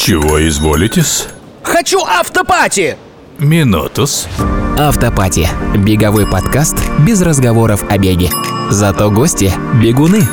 Чего изволитесь? Хочу автопати! Минутус. Автопати. Беговой подкаст без разговоров о беге. Зато гости – бегуны.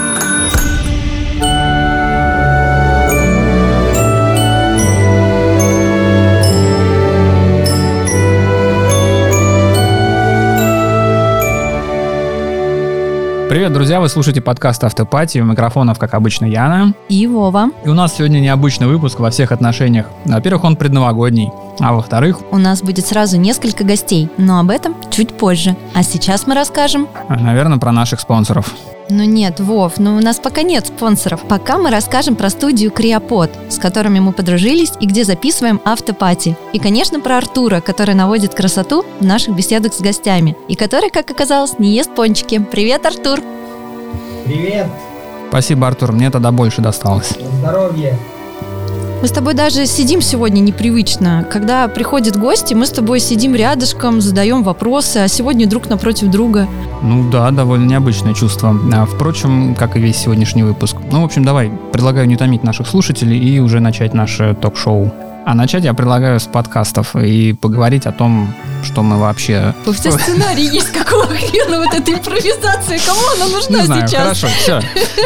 Привет, друзья! Вы слушаете подкаст «Автопати». У микрофонов, как обычно, Яна. И Вова. И у нас сегодня необычный выпуск во всех отношениях. Во-первых, он предновогодний. А во-вторых... У нас будет сразу несколько гостей, но об этом чуть позже. А сейчас мы расскажем... Наверное, про наших спонсоров. Ну нет, Вов, у нас пока нет спонсоров. Пока мы расскажем про студию Криопод, с которыми мы подружились и где записываем автопати. И, конечно, про Артура, который наводит красоту в наших беседах с гостями. И который, как оказалось, не ест пончики. Привет, Артур! Привет! Спасибо, Артур, мне тогда больше досталось. Здоровья! Мы с тобой даже сидим сегодня непривычно. Когда приходят гости, мы с тобой сидим рядышком, задаем вопросы, а сегодня друг напротив друга. Ну да, довольно необычное чувство. Впрочем, как и весь сегодняшний выпуск. Ну, в общем, давай, предлагаю не томить наших слушателей и уже начать наше ток-шоу. А начать я предлагаю с подкастов и поговорить о том, что мы вообще... У тебя сценарий есть, какого хрена вот эта импровизация? Кому она нужна сейчас? Хорошо, все.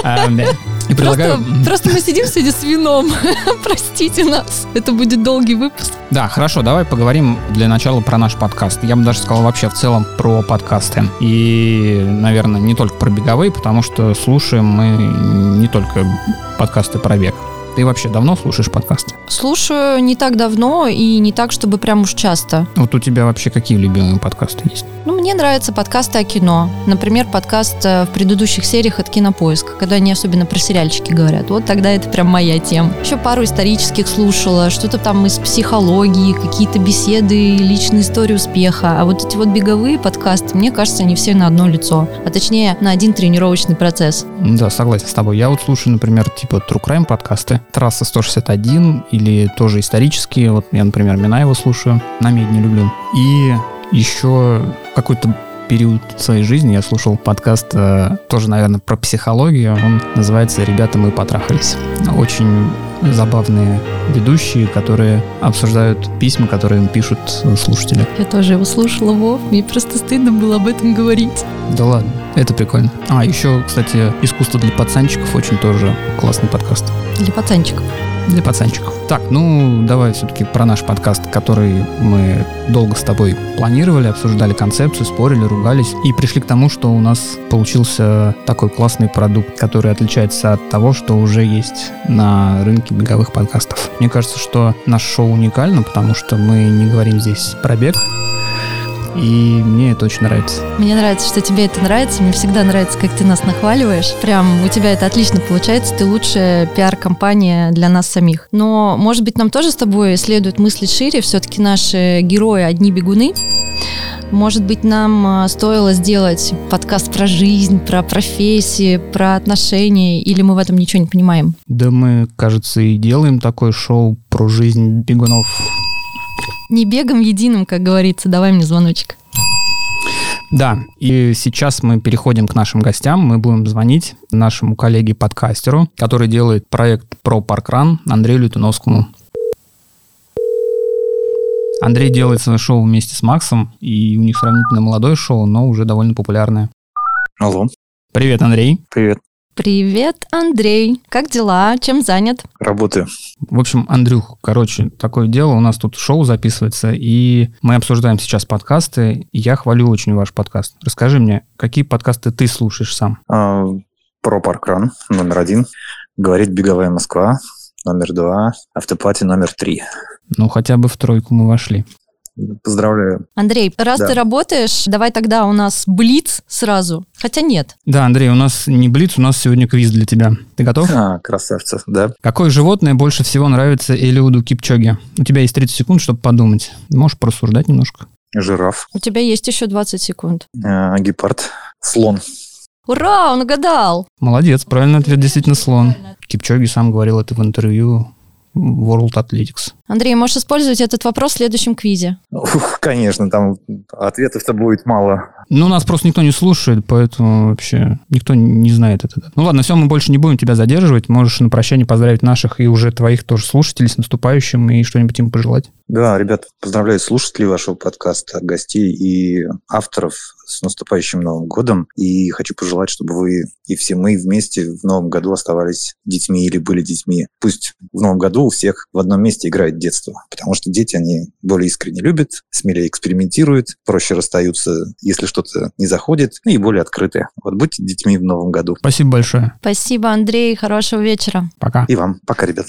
И предлагаю... Просто мы сидим сегодня с вином. Простите нас. Это будет долгий выпуск. Да, хорошо, давай поговорим для начала про наш подкаст. Я бы даже сказал вообще в целом про подкасты. И, наверное, не только про беговые, потому что слушаем мы не только подкасты про бег. Ты вообще давно слушаешь подкасты? Слушаю не так давно и не так, чтобы прям уж часто. Вот у тебя вообще какие любимые подкасты есть? Мне нравятся подкасты о кино. Например, подкаст в предыдущих сериях от Кинопоиска, когда они особенно про сериальчики говорят. Вот тогда это прям моя тема. Еще пару исторических слушала, что-то там из психологии, какие-то беседы, личные истории успеха. А вот эти вот беговые подкасты, мне кажется, они все на одно лицо. А точнее, на один тренировочный процесс. Да, согласен с тобой. Я вот слушаю, например, типа True Crime подкасты. Трасса 161 или тоже исторические. Вот я, например, Минаева слушаю. Намедни не люблю. И еще какой-то период своей жизни я слушал подкаст тоже, наверное, про психологию. Он называется «Ребята, мы потрахались». Очень забавные ведущие, которые обсуждают письма, которые им пишут слушатели. Я тоже его слушала, Вов. Мне просто стыдно было об этом говорить. Да ладно, это прикольно. А, еще, кстати, «Искусство для пацанчиков» очень тоже классный подкаст. Для пацанчиков. Для пацанчиков. Так, давай все-таки про наш подкаст, который мы долго с тобой планировали, обсуждали концепцию, спорили, ругались и пришли к тому, что у нас получился такой классный продукт, который отличается от того, что уже есть на рынке беговых подкастов. Мне кажется, что наше шоу уникально, потому что мы не говорим здесь про бег, и мне это очень нравится. Мне нравится, что тебе это нравится. Мне всегда нравится, как ты нас нахваливаешь. Прям у тебя это отлично получается. Ты лучшая пиар-компания для нас самих. Но, может быть, нам тоже с тобой следует мыслить шире. Все-таки наши герои одни бегуны. Может быть, нам стоило сделать подкаст про жизнь, про профессии, про отношения, или мы в этом ничего не понимаем? Да мы, кажется, и делаем такое шоу про жизнь бегунов. Не бегом единым, как говорится. Давай мне звоночек. Да, и сейчас мы переходим к нашим гостям. Мы будем звонить нашему коллеге-подкастеру, который делает проект про паркран, Андрею Лютуновскому. Андрей делает свое шоу вместе с Максом, и у них сравнительно молодое шоу, но уже довольно популярное. Алло. Привет, Андрей. Привет. Привет, Андрей. Как дела? Чем занят? Работаю. В общем, Андрюх, такое дело. У нас тут шоу записывается, и мы обсуждаем сейчас подкасты. И я хвалю очень ваш подкаст. Расскажи мне, какие подкасты ты слушаешь сам? Про паркран номер 1. Говорит беговая Москва номер 2. Автопати номер 3. Хотя бы в тройку мы вошли. Поздравляю. Андрей, раз ты работаешь, давай тогда у нас блиц сразу. Хотя нет. Да, Андрей, у нас не блиц, у нас сегодня квиз для тебя. Ты готов? Красавцы, да. Какое животное больше всего нравится Элиуду Кипчоге? У тебя есть 30 секунд, чтобы подумать. Можешь порассуждать немножко. Жираф. У тебя есть еще 20 секунд. Гепард. Слон. Ура, он угадал. Молодец, правильный ответ, действительно слон. Кипчоге сам говорил это в интервью World Athletics. Андрей, можешь использовать этот вопрос в следующем квизе. Конечно, там ответов-то будет мало. Ну, нас просто никто не слушает, поэтому вообще никто не знает это. Ну ладно, все, мы больше не будем тебя задерживать. Можешь на прощание поздравить наших и уже твоих тоже слушателей с наступающим и что-нибудь им пожелать. Да, ребят, поздравляю слушателей вашего подкаста, гостей и авторов с наступающим Новым годом. И хочу пожелать, чтобы вы и все мы вместе в Новом году оставались детьми или были детьми. Пусть в Новом году у всех в одном месте играет детство, потому что дети, они более искренне любят, смелее экспериментируют, проще расстаются, если что-то не заходит, и более открыты. Вот будьте детьми в Новом году. Спасибо большое. Спасибо, Андрей, хорошего вечера. Пока. И вам. Пока, ребят.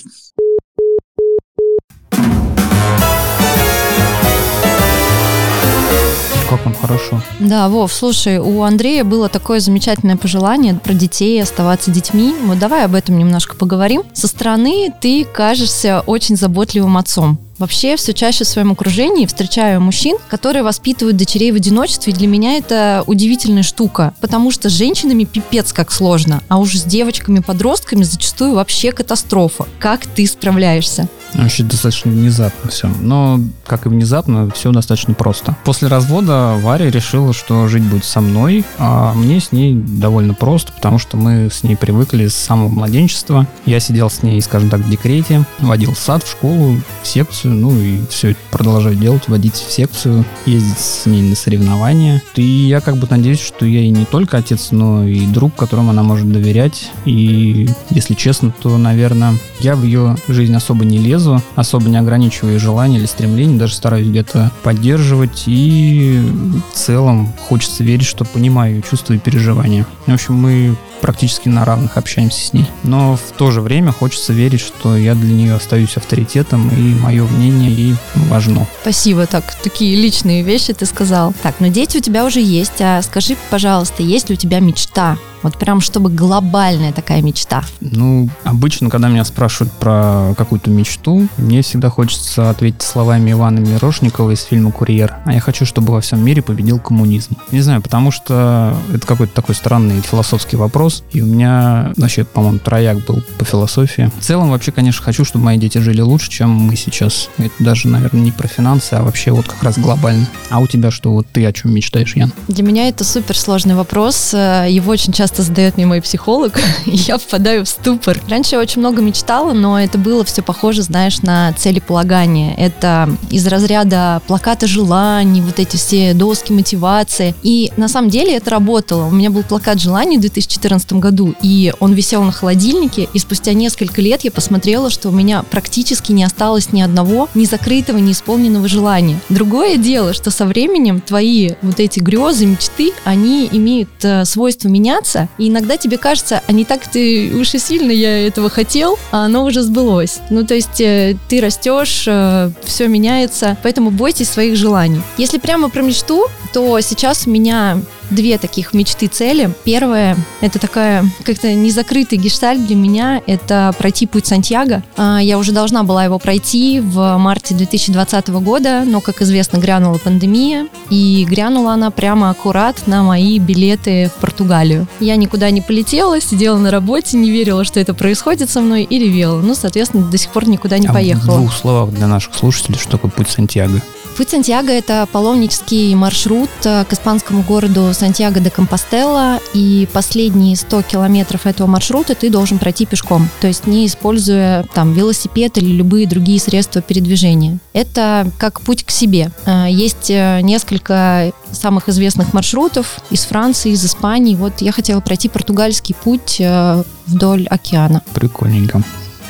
Как вам хорошо. Да, Вов, слушай, у Андрея было такое замечательное пожелание про детей, оставаться детьми. Вот давай об этом немножко поговорим. Со стороны ты кажешься очень заботливым отцом. Вообще, все чаще в своем окружении встречаю мужчин, которые воспитывают дочерей в одиночестве, и для меня это удивительная штука, потому что с женщинами пипец как сложно, а уж с девочками-подростками зачастую вообще катастрофа. Как ты справляешься? Вообще достаточно внезапно все. Но, как и внезапно, все достаточно просто. После развода Варя решила, что жить будет со мной, а мне с ней довольно просто, потому что мы с ней привыкли с самого младенчества. Я сидел с ней, скажем так, в декрете, водил в сад, в школу, в секцию, ну и все это продолжаю делать, водить в секцию, ездить с ней на соревнования. И я как бы надеюсь, что я ей не только отец, но и друг, которому она может доверять. И, если честно, то, наверное, я в ее жизнь особо не лезу, особо не ограничиваю желания или стремления, даже стараюсь где-то поддерживать, и в целом хочется верить, что понимаю ее чувства и переживания. В общем, мы практически на равных общаемся с ней. Но в то же время хочется верить, что я для нее остаюсь авторитетом, и мое мнение ей важно. Спасибо, такие личные вещи ты сказал. Так, но дети у тебя уже есть, а скажи, пожалуйста, есть ли у тебя мечта? Вот прям, чтобы глобальная такая мечта. Ну, обычно, когда меня спрашивают про какую-то мечту, мне всегда хочется ответить словами Ивана Мирошникова из фильма «Курьер». А я хочу, чтобы во всем мире победил коммунизм. Не знаю, потому что это какой-то такой странный философский вопрос. И у меня вообще, по-моему, трояк был по философии. В целом, вообще, конечно, хочу, чтобы мои дети жили лучше, чем мы сейчас. Это даже, наверное, не про финансы, а вообще вот как раз глобально. А у тебя что? Вот ты о чем мечтаешь, Ян? Для меня это суперсложный вопрос. Его очень часто задает мне мой психолог, и я впадаю в ступор. Раньше я очень много мечтала, но это было все похоже, знаешь, на целеполагание. Это из разряда плаката желаний, вот эти все доски мотивации. И на самом деле это работало. У меня был плакат желаний в 2014 году, и он висел на холодильнике, и спустя несколько лет я посмотрела, что у меня практически не осталось ни одного незакрытого, неисполненного желания. Другое дело, что со временем твои вот эти грезы, мечты, они имеют свойство меняться, и иногда тебе кажется, а не так ты уж и сильно я этого хотел, а оно уже сбылось. Ну, то есть ты растешь, все меняется, поэтому бойтесь своих желаний. Если прямо про мечту, то сейчас у меня две таких мечты-цели. Первая — это такая как-то незакрытый гештальт для меня, это пройти путь Сантьяго. Я уже должна была его пройти в марте 2020 года, но, как известно, грянула пандемия, и грянула она прямо аккурат на мои билеты в Португалию. Я никуда не полетела, сидела на работе, не верила, что это происходит со мной, и ревела. Ну, соответственно, до сих пор никуда не поехала. В двух словах для наших слушателей, что такое путь Сантьяго? Путь Сантьяго — это паломнический маршрут к испанскому городу Сантьяго де Компостела, и последние 100 километров этого маршрута ты должен пройти пешком, то есть не используя там велосипед или любые другие средства передвижения. Это как путь к себе. Есть несколько самых известных маршрутов из Франции, из Испании. Вот я хотела пройти португальский путь вдоль океана. Прикольненько.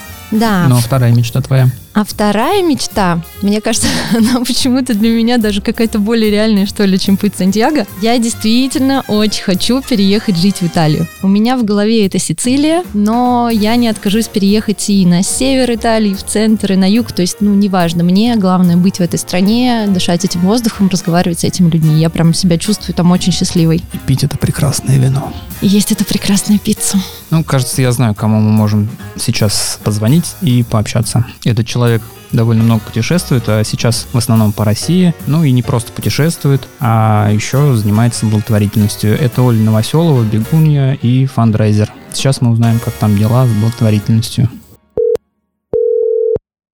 Да. Но вторая мечта твоя? А вторая мечта, мне кажется, она почему-то для меня даже какая-то более реальная, что ли, чем путь Сантьяго. Я действительно очень хочу переехать жить в Италию. У меня в голове это Сицилия, но я не откажусь переехать и на север Италии, в центр, и на юг. То есть, неважно, мне главное быть в этой стране, дышать этим воздухом, разговаривать с этими людьми. Я прям себя чувствую там очень счастливой. И пить это прекрасное вино. И есть эту прекрасную пиццу. Кажется, я знаю, кому мы можем сейчас позвонить и пообщаться. Этот человек довольно много путешествует, а сейчас в основном по России. И не просто путешествует, а еще занимается благотворительностью. Это Оля Новоселова, бегунья и фандрайзер. Сейчас мы узнаем, как там дела с благотворительностью.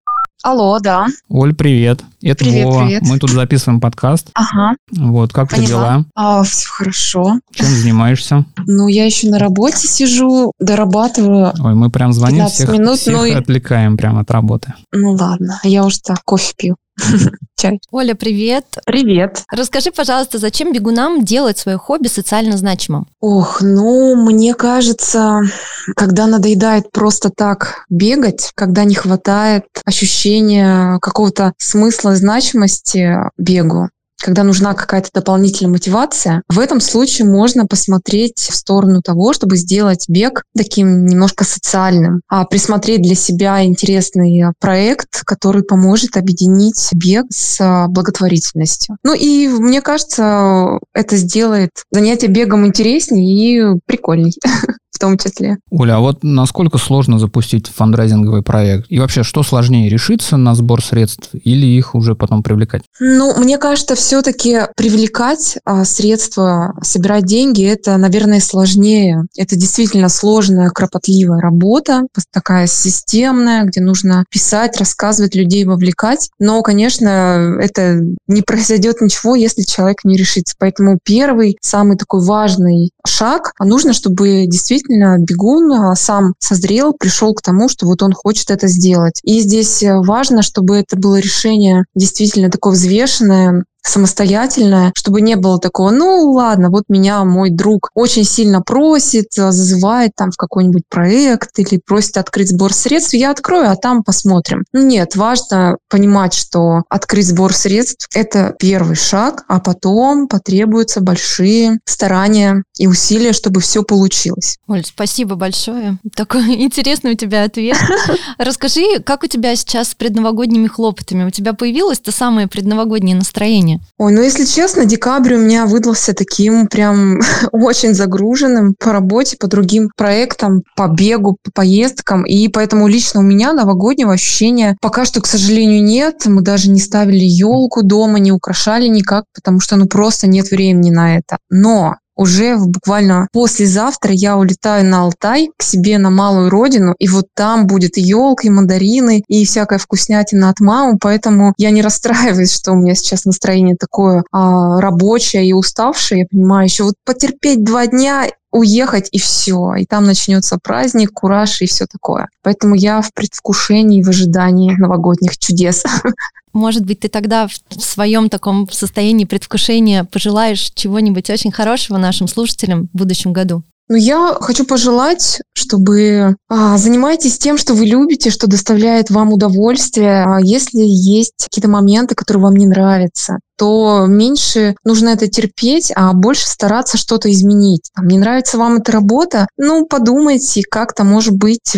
Алло, да. Оль, привет. Это Привет, Вова. привет. Мы тут записываем подкаст. Ага, Вот, как у тебя поняла. дела? Все хорошо. Чем занимаешься? Ну, я еще на работе сижу, дорабатываю. Ой, мы прям звоним 15 всех, минут, всех ну и- отвлекаем прямо от работы. Ну, ладно, я уже так кофе пью. Чай. Оля, привет. Привет. Расскажи, пожалуйста, зачем бегунам делать свое хобби социально значимым? Ох, ну, мне кажется, когда надоедает просто так бегать, когда не хватает ощущения какого-то смысла, значимости бегу, когда нужна какая-то дополнительная мотивация, в этом случае можно посмотреть в сторону того, чтобы сделать бег таким немножко социальным, присмотреть для себя интересный проект, который поможет объединить бег с благотворительностью. Ну и мне кажется, это сделает занятие бегом интереснее и прикольней в том числе. Оля, а вот насколько сложно запустить фандрайзинговый проект? И вообще, что сложнее, решиться на сбор средств или их уже потом привлекать? Ну, мне кажется, все-таки привлекать средства, собирать деньги, это, наверное, сложнее. Это действительно сложная, кропотливая работа, такая системная, где нужно писать, рассказывать, людей вовлекать. Но, конечно, это не произойдет ничего, если человек не решится. Поэтому первый, самый такой важный шаг, нужно, чтобы действительно бегун сам созрел, пришел к тому, что вот он хочет это сделать. И здесь важно, чтобы это было решение действительно такое взвешенное, самостоятельная, чтобы не было такого, ну ладно, вот меня мой друг очень сильно просит, зазывает там в какой-нибудь проект или просит открыть сбор средств, я открою, а там посмотрим. Нет, важно понимать, что открыть сбор средств – это первый шаг, а потом потребуются большие старания и усилия, чтобы все получилось. Оль, спасибо большое. Такой интересный у тебя ответ. Расскажи, как у тебя сейчас с предновогодними хлопотами? У тебя появилось то самое предновогоднее настроение? Ой, ну если честно, декабрь у меня выдался таким прям очень загруженным по работе, по другим проектам, по бегу, по поездкам. И поэтому лично у меня новогоднего ощущения пока что, к сожалению, нет. Мы даже не ставили елку дома, не украшали никак, потому что ну просто нет времени на это. Но уже буквально послезавтра я улетаю на Алтай к себе на малую родину, и вот там будет и елка, и мандарины, и всякая вкуснятина от мамы, поэтому я не расстраиваюсь, что у меня сейчас настроение такое рабочее и уставшее. Я понимаю, еще вот потерпеть 2 дня, уехать и все, и там начнется праздник, кураж и все такое. Поэтому я в предвкушении, в ожидании новогодних чудес. Может быть, ты тогда в своем таком состоянии предвкушения пожелаешь чего-нибудь очень хорошего нашим слушателям в будущем году? Ну, я хочу пожелать, чтобы занимайтесь тем, что вы любите, что доставляет вам удовольствие. Если есть какие-то моменты, которые вам не нравятся, то меньше нужно это терпеть, а больше стараться что-то изменить. Не нравится вам эта работа? Ну, подумайте, как-то, может быть,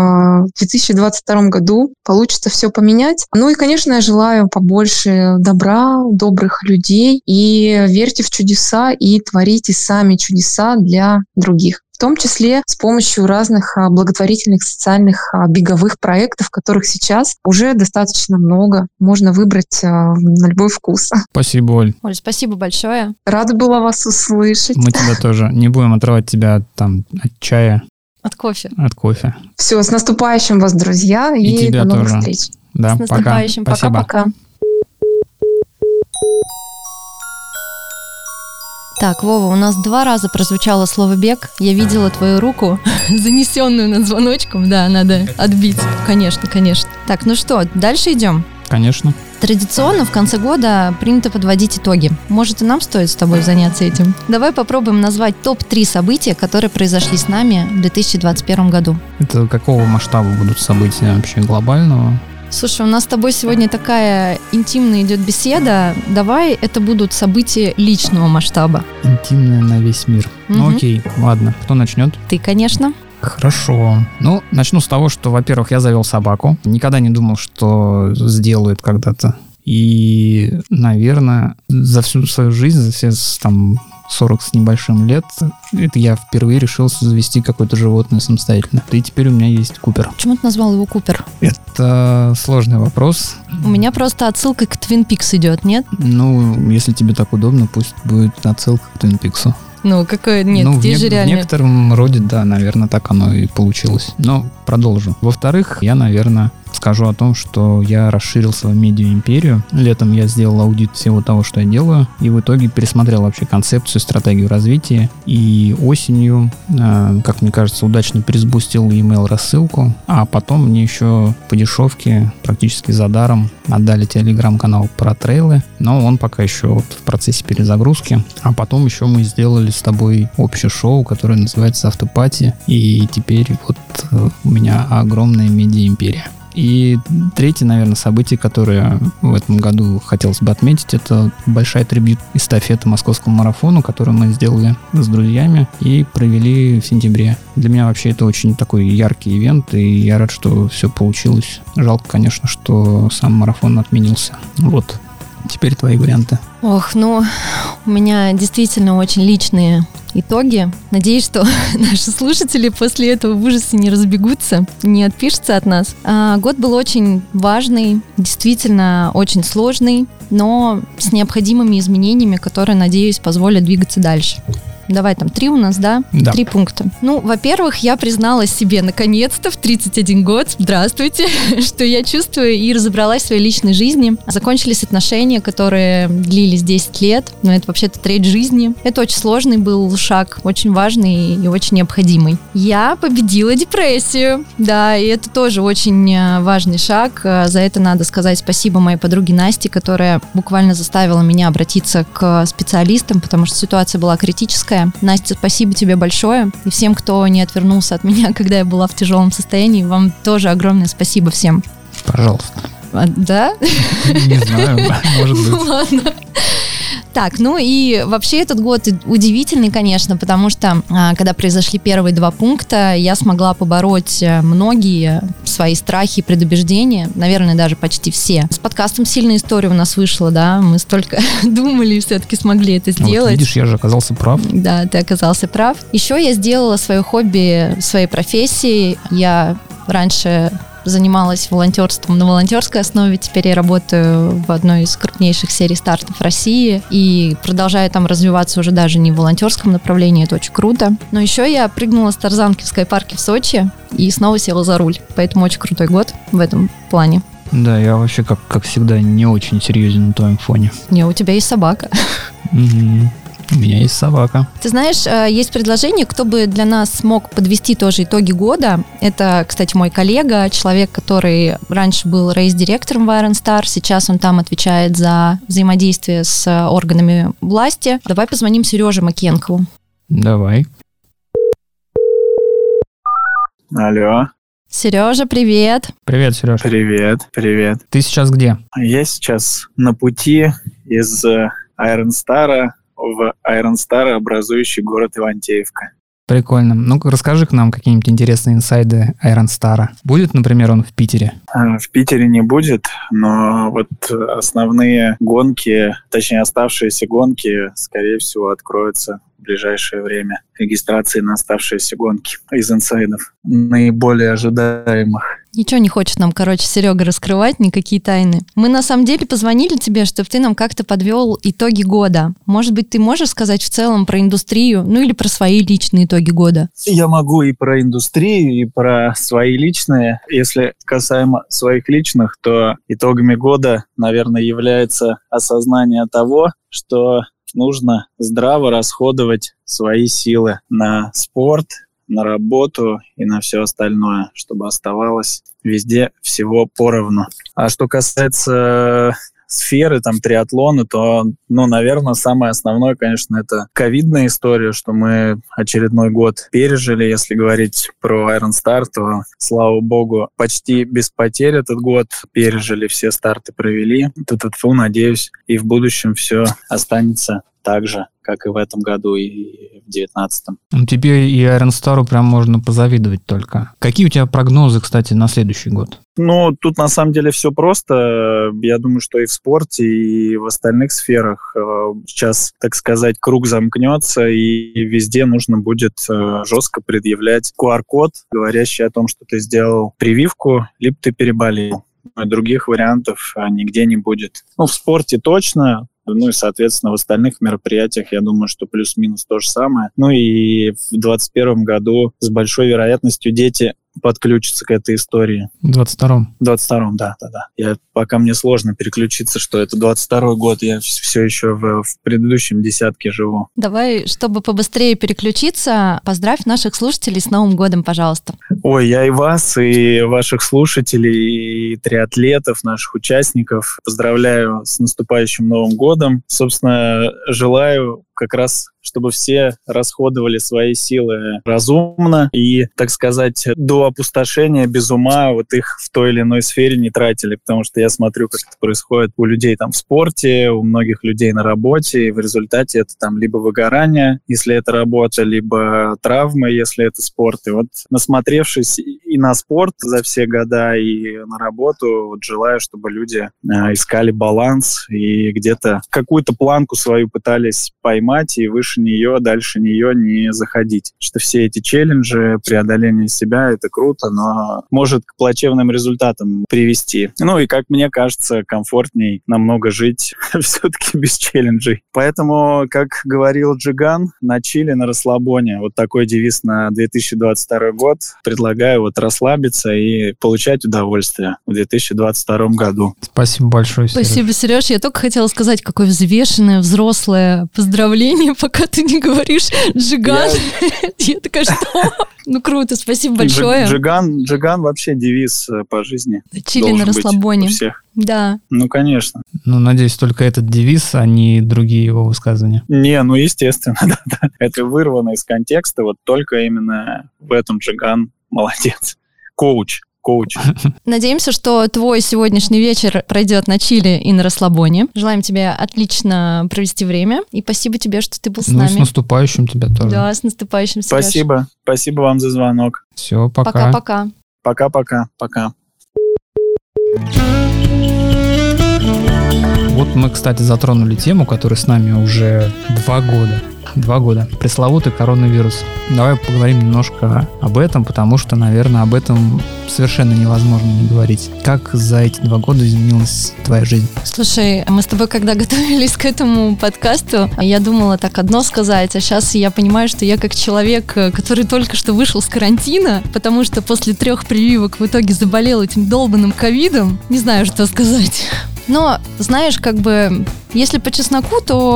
в 2022 году получится все поменять. Ну и, конечно, я желаю побольше добра, добрых людей, и верьте в чудеса, и творите сами чудеса для других. В том числе с помощью разных благотворительных социальных беговых проектов, которых сейчас уже достаточно много. Можно выбрать на любой вкус. Спасибо, Оль. Оль, спасибо большое. Рада была вас услышать. Мы тебя тоже. Не будем отрывать тебя там от чая, От кофе. от кофе. Все, с наступающим вас, друзья, И и тебя до новых тоже. встреч. Да, С наступающим. пока. Спасибо. Пока-пока. Так, Вова, у нас 2 раза прозвучало слово «бег». Я видела твою руку, занесенную над звоночком. Да, надо отбить. Конечно, конечно. Так, ну что, дальше идем? Конечно. Традиционно в конце года принято подводить итоги. Может, и нам стоит с тобой заняться этим? Давай попробуем назвать топ-3 события, которые произошли с нами в 2021 году. Это какого масштаба будут события вообще глобального? Слушай, у нас с тобой сегодня такая интимная идет беседа. Давай это будут события личного масштаба. Интимное на весь мир. Ну Мгм. окей, ладно. Кто начнет? Ты, конечно. Хорошо. Ну, начну с того, что, во-первых, я завел собаку. Никогда не думал, что сделаю это когда-то. И, наверное, за всю свою жизнь, за все там 40 с небольшим лет, это я впервые решил завести какое-то животное самостоятельно. И теперь у меня есть Купер. Почему ты назвал его Купер? Это сложный вопрос. У меня просто отсылка к Twin Peaks идет, нет? Ну, если тебе так удобно, пусть будет отсылка к Твин Пиксу. Ну, какое... Нет, Ну, здесь же в реально... некотором роде, да, наверное, так оно и получилось. Но продолжу. Во-вторых, я, наверное, расскажу о том, что я расширил свою медиа-империю. Летом я сделал аудит всего того, что я делаю, и в итоге пересмотрел вообще концепцию, стратегию развития. И осенью, как мне кажется, удачно пересбустил email-рассылку, а потом мне еще по дешевке, практически за даром, отдали телеграм-канал про трейлы, но он пока еще вот в процессе перезагрузки. А потом еще мы сделали с тобой общее шоу, которое называется «Автопати», и теперь вот у меня огромная медиа-империя. И третье, наверное, событие, которое в этом году хотелось бы отметить, это большая трибьют-эстафета московскому марафону, которую мы сделали с друзьями и провели в сентябре. Для меня вообще это очень такой яркий ивент, и я рад, что все получилось. Жалко, конечно, что сам марафон отменился. Вот. Теперь твои варианты. Ох, ну, у меня действительно очень личные итоги. Надеюсь, что наши слушатели после этого в ужасе не разбегутся, не отпишутся от нас. Год был очень важный, действительно очень сложный, но с необходимыми изменениями, которые, надеюсь, позволят двигаться дальше. Давай, там 3 у нас, да? Да. 3 пункта. Ну, во-первых, я призналась себе наконец-то в 31 год, здравствуйте, что я чувствую, и разобралась в своей личной жизни. Закончились отношения, которые длились 10 лет, но это вообще-то треть жизни. Это очень сложный был шаг, очень важный и очень необходимый. Я победила депрессию, да, и это тоже очень важный шаг. За это надо сказать спасибо моей подруге Насте, которая буквально заставила меня обратиться к специалистам, потому что ситуация была критическая. Настя, спасибо тебе большое. И всем, кто не отвернулся от меня, когда я была в тяжелом состоянии, вам тоже огромное спасибо всем. Пожалуйста. Да? Не знаю, может быть. Ладно. Так, ну и вообще этот год удивительный, конечно, потому что когда произошли первые 2 пункта, я смогла побороть многие свои страхи и предубеждения, наверное, даже почти все. С подкастом «Сильная история» у нас вышла, да, мы столько думали и все-таки смогли это сделать. Вот видишь, я же оказался прав. Да, ты оказался прав. Еще я сделала свое хобби своей профессией. Я раньше занималась волонтерством на волонтерской основе, теперь я работаю в одной из крупнейших серий стартов России и продолжаю там развиваться уже даже не в волонтерском направлении, это очень круто. Но еще я прыгнула с тарзанки в скайпарке в Сочи и снова села за руль, поэтому очень крутой год в этом плане. Да, я вообще, как всегда, не очень серьезен на твоем фоне. Не, у тебя есть собака. У меня есть собака. Ты знаешь, есть предложение, кто бы для нас смог подвести тоже итоги года. Это, кстати, мой коллега, человек, который раньше был рейс-директором в Iron Star, сейчас он там отвечает за взаимодействие с органами власти. Давай позвоним Сереже Макенкову. Давай. Алло. Сережа, привет. Привет, Сереж. Привет. Ты сейчас где? Я сейчас на пути из Iron Star в Iron Star, образующий город Ивантеевка. Прикольно. Ну-ка, расскажи к нам какие-нибудь интересные инсайды Iron Star. Будет, например, он в Питере? В Питере не будет, но вот основные гонки, точнее оставшиеся гонки, скорее всего, откроются в ближайшее время. Регистрации на оставшиеся гонки из инсайдов, наиболее ожидаемых. Ничего не хочет нам, Серега, раскрывать, никакие тайны. Мы на самом деле позвонили тебе, чтобы ты нам как-то подвел итоги года. Может быть, ты можешь сказать в целом про индустрию, ну или про свои личные итоги года? Я могу и про индустрию, и про свои личные. Если касаемо своих личных, то итогами года, наверное, является осознание того, что нужно здраво расходовать свои силы на спорт, на работу и на все остальное, чтобы оставалось везде всего поровну. А что касается сферы, там, триатлона, то, наверное, самое основное, конечно, это ковидная история, что мы очередной год пережили. Если говорить про Iron Star, то, слава богу, почти без потерь этот год пережили, все старты провели. Надеюсь, и в будущем все останется так же, как и в этом году, и в 2019. Тебе и Iron Star'у прям можно позавидовать только. Какие у тебя прогнозы, кстати, на следующий год? Тут на самом деле все просто. Я думаю, что и в спорте, и в остальных сферах сейчас, так сказать, круг замкнется, и везде нужно будет жестко предъявлять QR-код, говорящий о том, что ты сделал прививку, либо ты переболел. Других вариантов нигде не будет. В спорте точно. И, соответственно, в остальных мероприятиях, я думаю, что плюс-минус то же самое. И в 2021 году с большой вероятностью дети подключиться к этой истории. В 22-м. В 22-м, да. Пока мне сложно переключиться, что это 22-й год, я все еще в предыдущем десятке живу. Давай, чтобы побыстрее переключиться, поздравь наших слушателей с Новым годом, пожалуйста. Ой, я и вас, и ваших слушателей, и триатлетов, наших участников поздравляю с наступающим Новым годом. Собственно, желаю как раз, чтобы все расходовали свои силы разумно и, так сказать, до опустошения, без ума, вот их в той или иной сфере не тратили, потому что я смотрю, как это происходит у людей там в спорте, у многих людей на работе, и в результате это там либо выгорание, если это работа, либо травмы, если это спорт. И вот, насмотревшись и на спорт за все года, и на работу, вот желаю, чтобы люди искали баланс и где-то какую-то планку свою пытались поймать, и выше нее, дальше нее не заходить. Что все эти челленджи, преодоление себя, это круто, но может к плачевным результатам привести. Ну и, как мне кажется, комфортней намного жить все-таки без челленджей. Поэтому, как говорил Джиган, на чили, на расслабоне. Вот такой девиз на 2022 год. Предлагаю вот расслабиться и получать удовольствие в 2022 году. Спасибо большое, Сереж. Спасибо, Сереж. Я только хотела сказать, какое взвешенное, взрослое поздравление, пока ты не говоришь Джиган. Я такая, что? Ну, круто, спасибо большое. Джиган вообще девиз по жизни. Чили на расслабоне. У всех. Да. Ну, конечно. Ну, надеюсь, только этот девиз, а не другие его высказывания. Не, ну, естественно, да. Это вырвано из контекста, вот только именно в этом Джиган молодец. Коуч. Надеемся, что твой сегодняшний вечер пройдет на чили и на расслабоне. Желаем тебе отлично провести время. И спасибо тебе, что ты был с нами. Ну и с наступающим тебя тоже. Да, с наступающим, Сереж. Спасибо. Спасибо вам за звонок. Все, пока. Пока-пока. Пока-пока. Вот мы, кстати, затронули тему, которая с нами уже 2 года. 2 года. Пресловутый коронавирус. Давай поговорим немножко об этом, потому что, наверное, об этом совершенно невозможно не говорить. Как за эти 2 года изменилась твоя жизнь? Слушай, мы с тобой, когда готовились к этому подкасту, я думала так одно сказать, а сейчас я понимаю, что я как человек, который только что вышел с карантина, потому что после 3 прививок в итоге заболел этим долбанным ковидом, не знаю, что сказать. Но, знаешь, как бы, если по чесноку,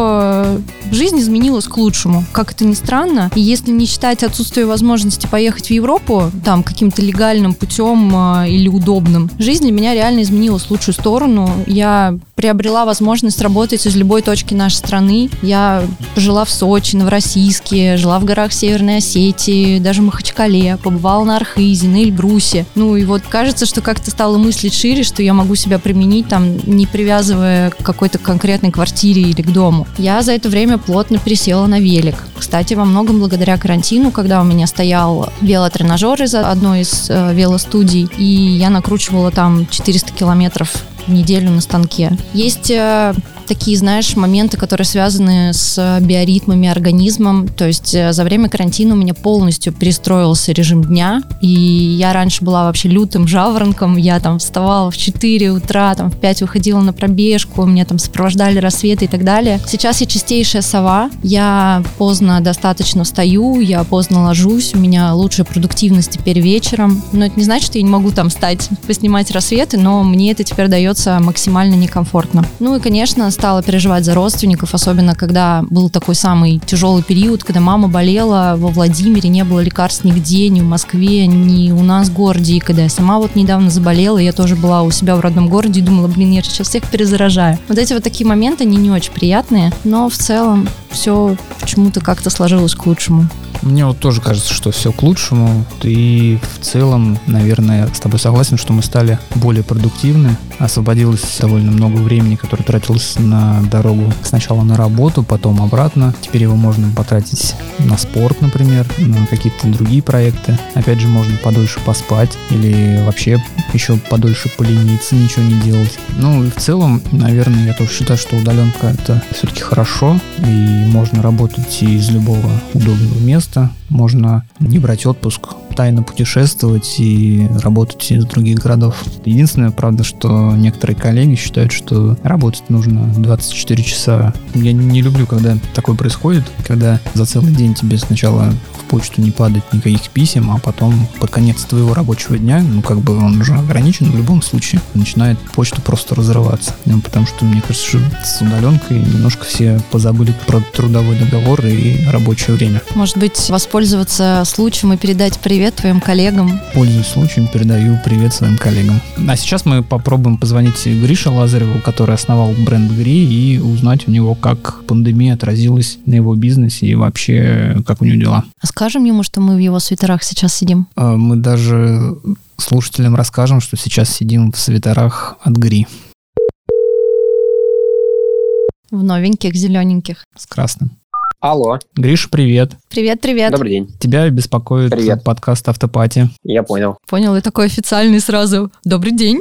то жизнь изменилась к лучшему, как это ни странно. И если не считать отсутствие возможности поехать в Европу, там, каким-то легальным путем или удобным, жизнь для меня реально изменилась в лучшую сторону. Я приобрела возможность работать из любой точки нашей страны. Я жила в Сочи, Новороссийске, жила в горах Северной Осетии, даже в Махачкале, побывала на Архизе, на Эльбрусе. Ну и вот кажется, что как-то стала мыслить шире, что я могу себя применить там, не привязывая к какой-то конкретной квартире или к дому. Я за это время плотно пересела на велик. Кстати, во многом благодаря карантину, когда у меня стоял велотренажер из одной из велостудий, и я накручивала там 400 километров в неделю на станке. Есть такие, знаешь, моменты, которые связаны с биоритмами организмом. То есть за время карантина у меня полностью перестроился режим дня, и я раньше была вообще лютым жаворонком. Я там вставала в 4 утра, там в 5 выходила на пробежку, меня там сопровождали рассветы и так далее. Сейчас я чистейшая сова, я поздно достаточно встаю, я поздно ложусь, у меня лучшая продуктивность теперь вечером. Но это не значит, что я не могу там встать, поснимать рассветы, но мне это теперь дается максимально некомфортно. Ну и, конечно, стала переживать за родственников, особенно когда был такой самый тяжелый период, когда мама болела во Владимире, не было лекарств нигде, ни в Москве, ни у нас в городе. И когда я сама вот недавно заболела, я тоже была у себя в родном городе и думала, я сейчас всех перезаражаю. Вот эти вот такие моменты, они не очень приятные, но в целом все почему-то как-то сложилось к лучшему. Мне вот тоже кажется, что все к лучшему. И в целом, наверное, с тобой согласен, что мы стали более продуктивны. Освободилось довольно много времени, которое тратилось на дорогу сначала на работу, потом обратно. Теперь его можно потратить на спорт, например, на какие-то другие проекты. Опять же, можно подольше поспать или вообще еще подольше полениться, ничего не делать. Ну и в целом, наверное, я тоже считаю, что удаленка — это все-таки хорошо, и можно работать из любого удобного места. Можно не брать отпуск, тайно путешествовать и работать из других городов. Единственное, правда, что некоторые коллеги считают, что работать нужно 24 часа. Я не люблю, когда такое происходит, когда за целый день тебе сначала в почту не падает никаких писем, а потом под конец твоего рабочего дня, он уже ограничен в любом случае, начинает почта просто разрываться. Потому что, мне кажется, что с удаленкой немножко все позабыли про трудовой договор и рабочее время. Может быть, воспользоваться случаем и передать привет твоим коллегам? Пользуясь случаем, передаю привет своим коллегам. А сейчас мы попробуем позвонить Грише Лазареву, который основал бренд Гри, и узнать у него, как пандемия отразилась на его бизнесе и вообще, как у него дела. А скажем ему, что мы в его свитерах сейчас сидим? Мы даже слушателям расскажем, что сейчас сидим в свитерах от Гри. В новеньких, зелененьких. С красным. Алло. Гриша, привет. Привет. Добрый день. Тебя беспокоит подкаст «Автопати». Я понял. Понял, и такой официальный сразу. Добрый день.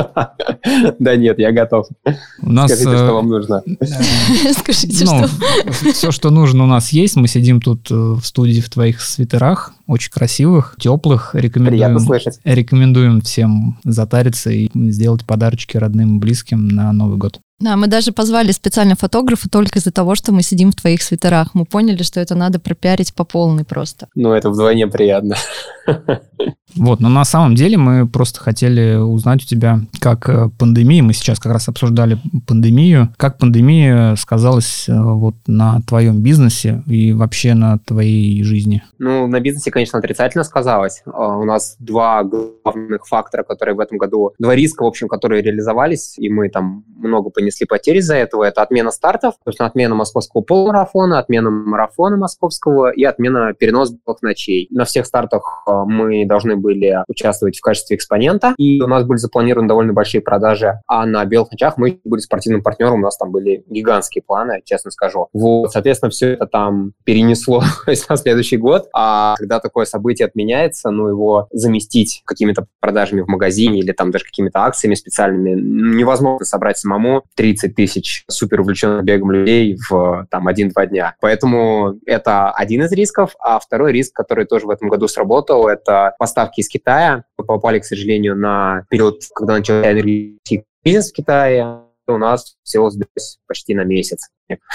Да нет, я готов. Скажите, что вам нужно. Скажите, что... Все, что нужно, у нас есть. Мы сидим тут в студии в твоих свитерах. Очень красивых, теплых. Приятно слышать. Рекомендуем всем затариться и сделать подарочки родным и близким на Новый год. Да, мы даже позвали специально фотографа только из-за того, что мы сидим в твоих свитерах. Мы поняли, что это надо пропиарить по полной просто. Это вдвойне приятно. Но на самом деле мы просто хотели узнать у тебя, как пандемия, мы сейчас как раз обсуждали пандемию, как пандемия сказалась на твоем бизнесе и вообще на твоей жизни? На бизнесе, конечно, отрицательно сказалось. У нас два главных фактора, которые в этом году, два риска, в общем, которые реализовались, и мы там много понесли потерь из-за этого. Это отмена стартов, то есть отмена московского полумарафона, отмена марафона московского и отмена переноса белых ночей. На всех стартах мы должны были участвовать в качестве экспонента, и у нас были запланированы довольно большие продажи, а на белых ночах мы были спортивным партнером, у нас там были гигантские планы, честно скажу. Соответственно, все это там перенесло на следующий год, а когда такое событие отменяется, его заместить какими-то продажами в магазине или там даже какими-то акциями специальными невозможно собрать самому 30 тысяч супер увлеченных бегом людей в 1-2 дня. Поэтому это один из рисков, а второй риск, который тоже в этом году сработал, это поставки из Китая. Мы попали, к сожалению, на период, когда начался энергетический кризис в Китае. У нас всего сбилось почти на месяц,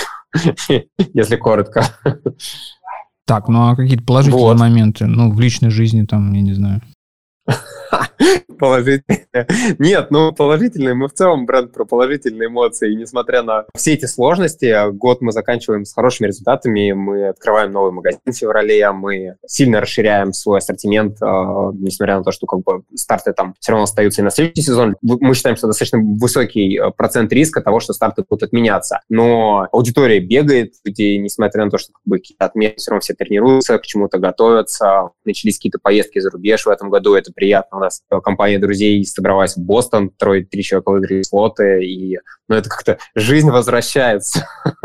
если коротко. Так, а какие-то положительные моменты? В личной жизни, я не знаю. Положительные. Нет, положительные. Мы в целом бренд про положительные эмоции. И несмотря на все эти сложности, год мы заканчиваем с хорошими результатами. Мы открываем новый магазин в феврале, мы сильно расширяем свой ассортимент, несмотря на то, что старты там все равно остаются и на следующий сезон. Мы считаем, что достаточно высокий процент риска того, что старты будут отменяться. Но аудитория бегает, где, несмотря на то, что какие-то отмены, все равно все тренируются, к чему-то готовятся. Начались какие-то поездки за рубеж в этом году. Это приятно. У нас компания друзей собралась в Бостон, 3 человека выиграли слоты, и это как-то жизнь возвращается.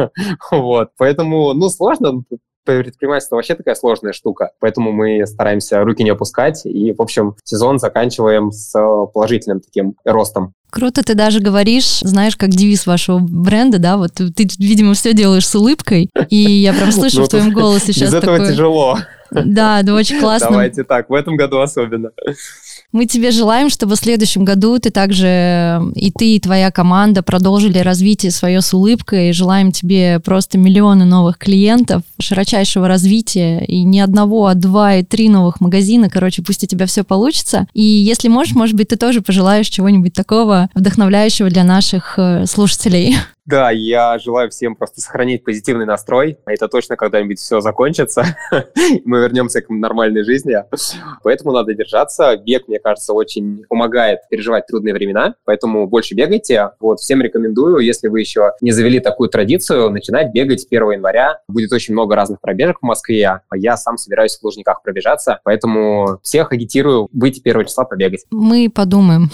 Поэтому, сложно. Предпринимательство вообще такая сложная штука, поэтому мы стараемся руки не опускать, и, в общем, сезон заканчиваем с положительным таким ростом. Круто, ты даже говоришь, знаешь, как девиз вашего бренда, да, ты, видимо, все делаешь с улыбкой, и я прям слышу в твоем голосе сейчас такое... Без этого тяжело. Да, очень классно. Давайте так, в этом году особенно. Мы тебе желаем, чтобы в следующем году ты также, и ты, и твоя команда продолжили развитие свое с улыбкой. И желаем тебе просто миллионы новых клиентов, широчайшего развития, и не одного, а 2 и 3 новых магазина. Пусть у тебя все получится. И если можешь, может быть, ты тоже пожелаешь чего-нибудь такого вдохновляющего для наших слушателей. Да, я желаю всем просто сохранить позитивный настрой. Это точно когда-нибудь все закончится. Мы вернемся к нормальной жизни. Поэтому надо держаться. Бег, мне кажется, очень помогает переживать трудные времена. Поэтому больше бегайте. Всем рекомендую, если вы еще не завели такую традицию, начинать бегать 1 января. Будет очень много разных пробежек в Москве. Я сам собираюсь в Лужниках пробежаться. Поэтому всех агитирую быть 1 числа побегать. Мы подумаем.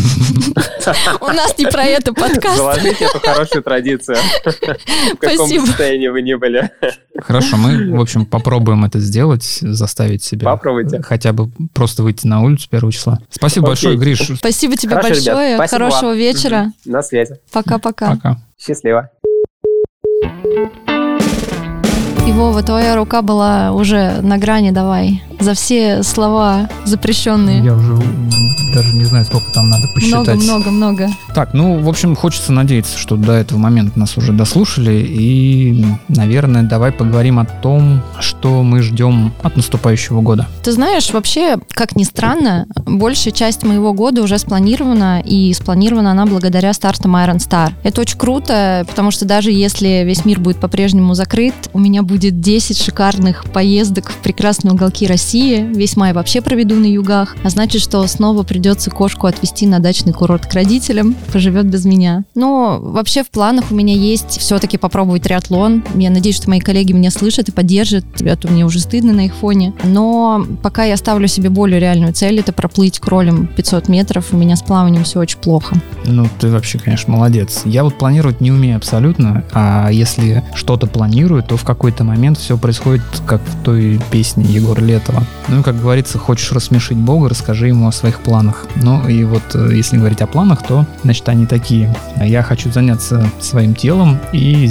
У нас не про это подкаст. Заложите эту хорошую традицию. В каком состоянии вы не были. Хорошо, мы, в общем, попробуем это сделать, заставить себя. Попробуйте. Хотя бы просто выйти на улицу 1 числа. Спасибо большое, Гриш. Спасибо тебе большое. Хорошего вечера. На связи. Пока-пока. Пока. Счастливо. И, Вова, твоя рука была уже на грани, давай. За все слова запрещенные. Я уже даже не знаю, сколько там надо посчитать. Много. Так, в общем, хочется надеяться, что до этого момента нас уже дослушали. И, наверное, давай поговорим о том, что мы ждем от наступающего года. Ты знаешь, вообще, как ни странно, большая часть моего года уже спланирована, и спланирована она благодаря стартам Iron Star. Это очень круто, потому что даже если весь мир будет по-прежнему закрыт, у меня будет 10 шикарных поездок в прекрасные уголки России. Весь май вообще проведу на югах, а значит, что снова придется кошку отвезти на дачный курорт к родителям, поживет без меня. Но вообще в планах у меня есть все-таки попробовать триатлон. Я надеюсь, что мои коллеги меня слышат и поддержат. Ребята, мне уже стыдно на их фоне. Но пока я ставлю себе более реальную цель, это проплыть кролем 500 метров. У меня с плаванием все очень плохо. Ты вообще, конечно, молодец. Я планировать не умею абсолютно, а если что-то планирую, то в какой-то момент все происходит, как в той песне Егора Летова. И, как говорится, хочешь рассмешить Бога, расскажи ему о своих планах. И если говорить о планах, то, значит, они такие. Я хочу заняться своим телом и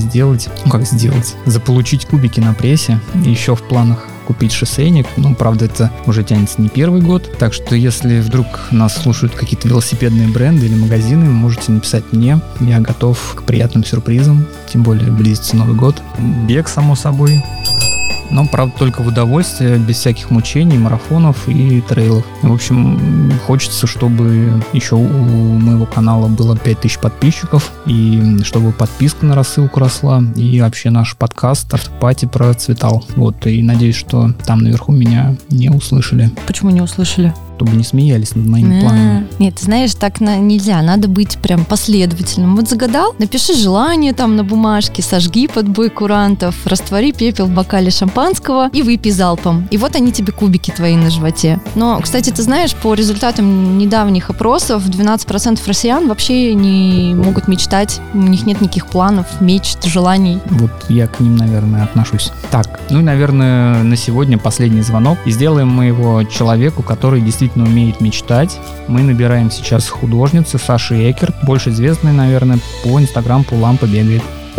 заполучить кубики на прессе. Еще в планах купить шоссейник. Правда, это уже тянется не первый год. Так что, если вдруг нас слушают какие-то велосипедные бренды или магазины, можете написать мне. Я готов к приятным сюрпризам. Тем более, близится Новый год. Бег, само собой. Но, правда, только в удовольствие, без всяких мучений, марафонов и трейлов. В общем, хочется, чтобы еще у моего канала было 5000 подписчиков, и чтобы подписка на рассылку росла, и вообще наш подкаст «Автопати» процветал. И надеюсь, что там наверху меня не услышали. Почему не услышали? Чтобы не смеялись над моими планами. Нет, ты знаешь, так нельзя. Надо быть прям последовательным. Загадал, напиши желание там на бумажке, сожги под бой курантов, раствори пепел в бокале шампанского и выпей залпом. И вот они тебе кубики твои на животе. Но, кстати, ты знаешь, по результатам недавних опросов 12% россиян вообще не могут мечтать. У них нет никаких планов, мечт, желаний. Я к ним, наверное, отношусь. Так, и, наверное, на сегодня последний звонок. И сделаем мы его человеку, который действительно умеет мечтать. Мы набираем сейчас художницу Сашу Экерт, больше известной, наверное, по инстаграму «Лампа бегает».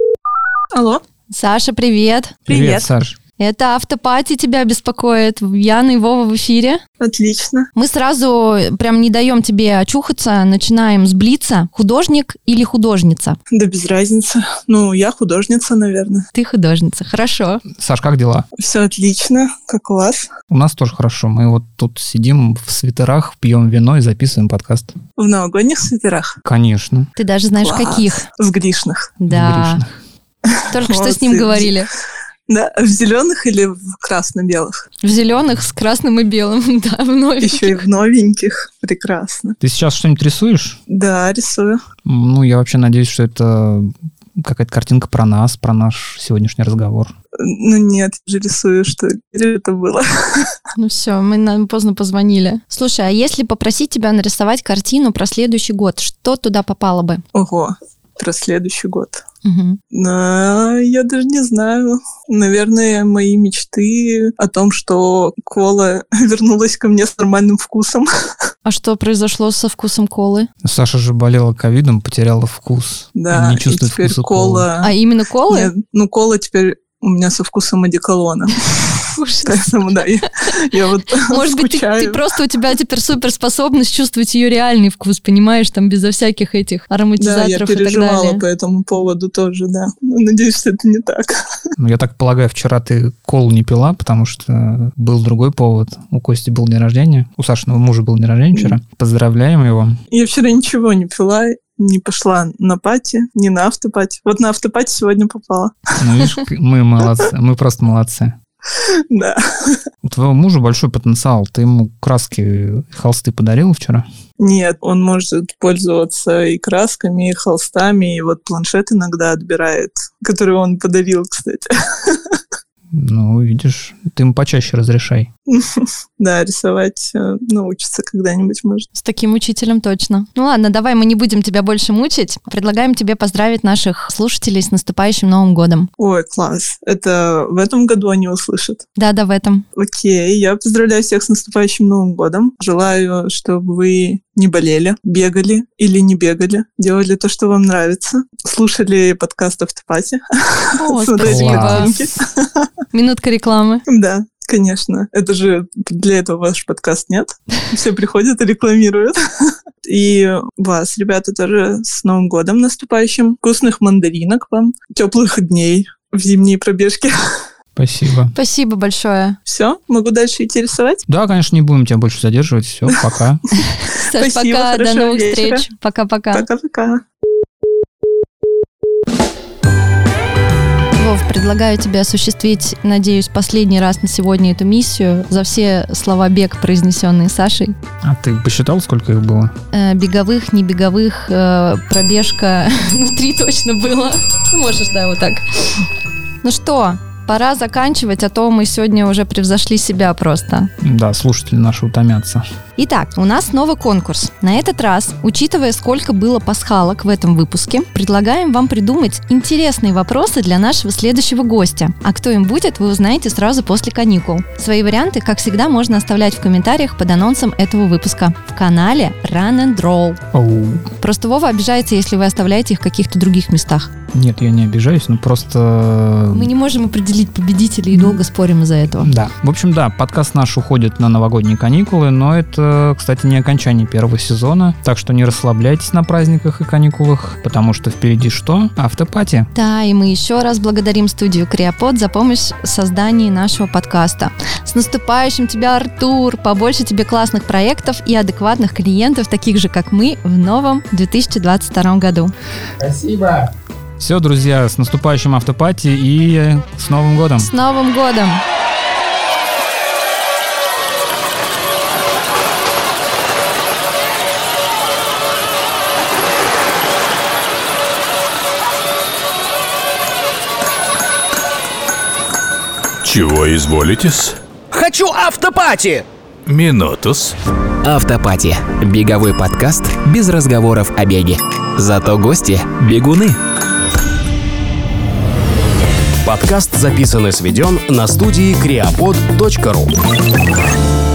Алло. Саша, привет. Привет, Саш. Это «Автопати» тебя беспокоит. Яна и Вова в эфире. Отлично. Мы сразу прям не даем тебе очухаться. Начинаем с блица. Художник или художница? Да без разницы. Я художница, наверное. Ты художница. Хорошо. Саш, как дела? Все отлично. Как у вас? У нас тоже хорошо. Мы тут сидим в свитерах, пьем вино и записываем подкаст. В новогодних свитерах? Конечно. Ты даже знаешь, Класс. Каких? С Гришных. Да. Только что с ним говорили. Да, в зеленых или в красно-белых? В зеленых с красным и белым, да, в новеньких. Еще и в новеньких. Прекрасно. Ты сейчас что-нибудь рисуешь? Да, рисую. Я вообще надеюсь, что это какая-то картинка про нас, про наш сегодняшний разговор. Нет, я же рисую, что это было. Все, мы нам поздно позвонили. Слушай, а если попросить тебя нарисовать картину про следующий год, что туда попало бы? Ого, про следующий год. Угу. Я даже не знаю. Наверное, мои мечты о том, что кола вернулась ко мне с нормальным вкусом. А что произошло со вкусом колы? Саша же болела ковидом, потеряла вкус. Да, не чувствует и теперь вкуса колы. А именно колы? Нет, кола теперь у меня со вкусом одеколона. Поэтому, да, я Может быть, ты просто, у тебя теперь суперспособность чувствовать ее реальный вкус, понимаешь, там безо всяких этих ароматизаторов и так далее. Да, я переживала по этому поводу тоже, да. Надеюсь, что это не так. Я так полагаю, вчера ты колу не пила, потому что был другой повод. У Кости был день рождения, у Сашиного мужа был день рождения вчера. Поздравляем его. Я вчера ничего не пила, не пошла на пати, не на автопати. Вот на автопати сегодня попала. Видишь, мы молодцы, мы просто молодцы. Да. У твоего мужа большой потенциал. Ты ему краски, холсты подарила вчера? Нет, он может пользоваться и красками, и холстами, и планшет иногда отбирает, который он подарил, кстати. Видишь, ты ему почаще разрешай. Да, рисовать научится когда-нибудь, может. С таким учителем точно. Ладно, давай мы не будем тебя больше мучить. Предлагаем тебе поздравить наших слушателей с наступающим Новым годом. Ой, класс. Это в этом году они услышат? Да, в этом. Окей, я поздравляю всех с наступающим Новым годом. Желаю, чтобы вы не болели, бегали или не бегали, делали то, что вам нравится, слушали подкаст «Автопати». О, Смотрели спасибо. картинки. Минутка рекламы. Да, конечно. Это же для этого ваш подкаст нет. Все приходят и рекламируют. И вас, ребята, тоже с Новым годом наступающим. Вкусных мандаринок вам, теплых дней в зимней пробежке. Спасибо. Спасибо большое. Все, могу дальше идти рисовать? Да, конечно, не будем тебя больше задерживать. Все, пока. Саш, Спасибо, пока, до хорошего новых вечера. встреч. Пока-пока. Пока-пока. Вов, предлагаю тебе осуществить, надеюсь, последний раз на сегодня эту миссию за все слова бег, произнесенные Сашей. А ты посчитал, сколько их было? Беговых, не беговых, пробежка. 3 точно было. Можешь, да, вот так. Ну что, пора заканчивать, а то мы сегодня уже превзошли себя просто. Да, слушатели наши утомятся. Итак, у нас новый конкурс. На этот раз, учитывая, сколько было пасхалок в этом выпуске, предлагаем вам придумать интересные вопросы для нашего следующего гостя. А кто им будет, вы узнаете сразу после каникул. Свои варианты, как всегда, можно оставлять в комментариях под анонсом этого выпуска в канале Run and Roll. Оу. Просто Вова обижается, если вы оставляете их в каких-то других местах. Нет, я не обижаюсь, но просто... Мы не можем определить победителей и долго спорим из-за этого. Да. В общем, да, подкаст наш уходит на новогодние каникулы, но это, кстати, не окончание первого сезона, так что не расслабляйтесь на праздниках и каникулах, потому что впереди что? Автопати. Да, и мы еще раз благодарим студию Креапод за помощь в создании нашего подкаста. С наступающим тебя, Артур! Побольше тебе классных проектов и адекватных клиентов, таких же, как мы, в новом 2022 году. Спасибо. Все, друзья, с наступающим автопати и с Новым годом! С Новым годом! Чего изволитесь? Хочу автопати! Минутус. Автопати. Беговой подкаст без разговоров о беге. Зато гости – бегуны. Подкаст записан и сведен на студии creapod.ru.